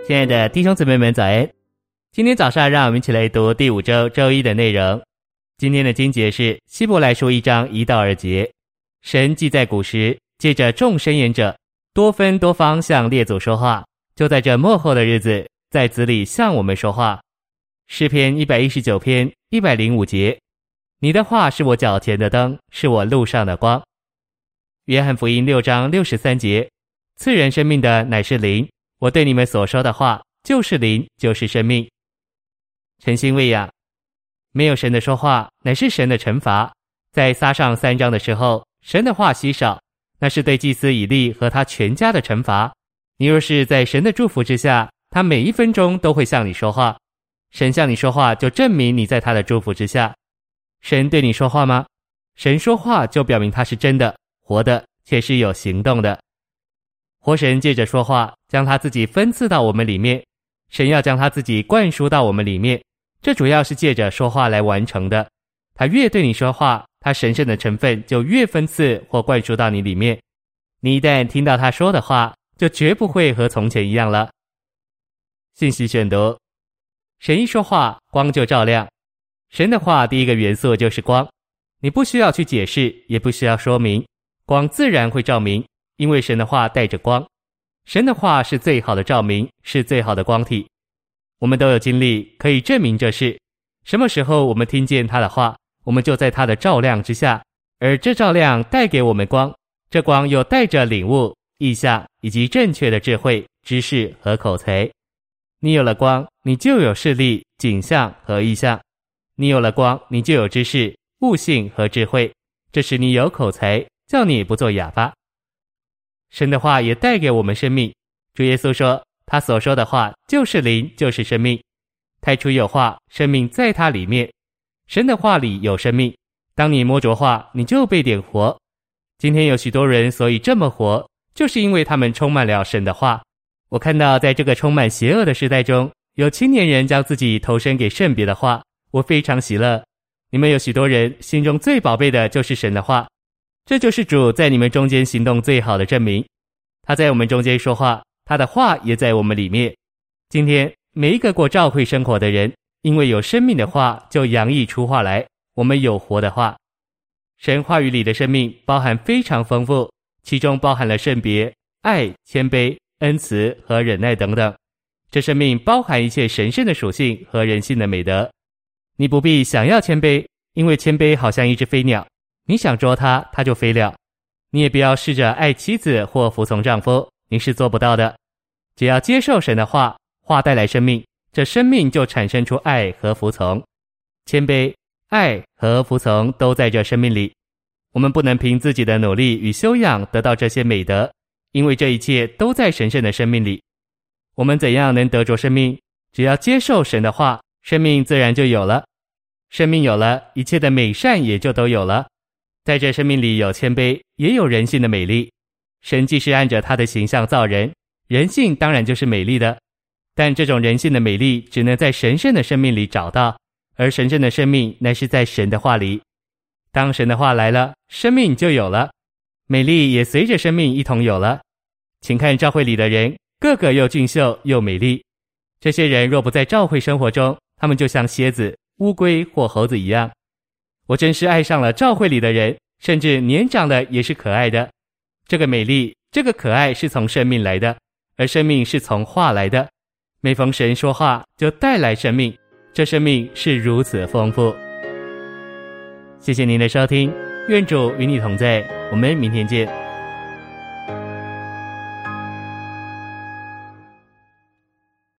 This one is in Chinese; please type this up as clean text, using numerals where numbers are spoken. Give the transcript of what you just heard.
亲爱的弟兄姊妹们早安，今天早上让我们一起来读第5周周一的内容。今天的经节是希伯来书1章1到2节。神既在古时借着众申言者多分多方向列祖说话，就在这末后的日子在子里向我们说话。诗篇119篇105节，你的话是我脚前的灯，是我路上的光。约翰福音6章63节，赐人生命的乃是灵，我对你们所说的话就是灵，就是生命。诚心喂养，没有神的说话乃是神的惩罚。在撒上3章的时候，神的话稀少，那是对祭司以利和他全家的惩罚。你若是在神的祝福之下，他每一分钟都会向你说话。神向你说话，就证明你在他的祝福之下。神对你说话吗？神说话就表明他是真的、活的，且是有行动的。活神借着说话将他自己分赐到我们里面，神要将他自己灌输到我们里面，这主要是借着说话来完成的。他越对你说话，他神圣的成分就越分赐或灌输到你里面。你一旦听到他说的话，就绝不会和从前一样了。信息选读，神一说话，光就照亮。神的话第一个元素就是光，你不需要去解释，也不需要说明，光自然会照明，因为神的话带着光。神的话是最好的照明，是最好的光体。我们都有经历可以证明这事。什么时候我们听见他的话，我们就在他的照亮之下，而这照亮带给我们光，这光又带着领悟、意象以及正确的智慧、知识和口才。你有了光，你就有视力、景象和意象。你有了光，你就有知识、悟性和智慧，这使你有口才，叫你不做哑巴。神的话也带给我们生命。主耶稣说，他所说的话就是灵，就是生命。太初有话，生命在他里面。神的话里有生命，当你摸着话，你就被点活。今天有许多人所以这么活，就是因为他们充满了神的话。我看到在这个充满邪恶的时代中，有青年人将自己投身给圣别的话，我非常喜乐。你们有许多人心中最宝贝的就是神的话，这就是主在你们中间行动最好的证明。他在我们中间说话，他的话也在我们里面。今天每一个过教会生活的人，因为有生命的话，就洋溢出话来。我们有活的话，神话语里的生命包含非常丰富，其中包含了圣别、爱、谦卑、恩慈和忍耐等等。这生命包含一切神圣的属性和人性的美德。你不必想要谦卑，因为谦卑好像一只飞鸟，你想捉它，它就飞了。你也不要试着爱妻子或服从丈夫，你是做不到的。只要接受神的话，话带来生命，这生命就产生出爱和服从。谦卑、爱和服从都在这生命里。我们不能凭自己的努力与修养得到这些美德，因为这一切都在神圣的生命里。我们怎样能得着生命？只要接受神的话，生命自然就有了。生命有了，一切的美善也就都有了。在这生命里有谦卑，也有人性的美丽。神既是按着他的形象造人，人性当然就是美丽的。但这种人性的美丽只能在神圣的生命里找到，而神圣的生命乃是在神的话里。当神的话来了，生命就有了，美丽也随着生命一同有了。请看教会里的人，个个又俊秀又美丽。这些人若不在教会生活中，他们就像蝎子、乌龟或猴子一样。我真是爱上了教会里的人，甚至年长的也是可爱的。这个美丽，这个可爱是从生命来的，而生命是从话来的。每逢神说话，就带来生命，这生命是如此丰富。谢谢您的收听，愿主与你同在，我们明天见。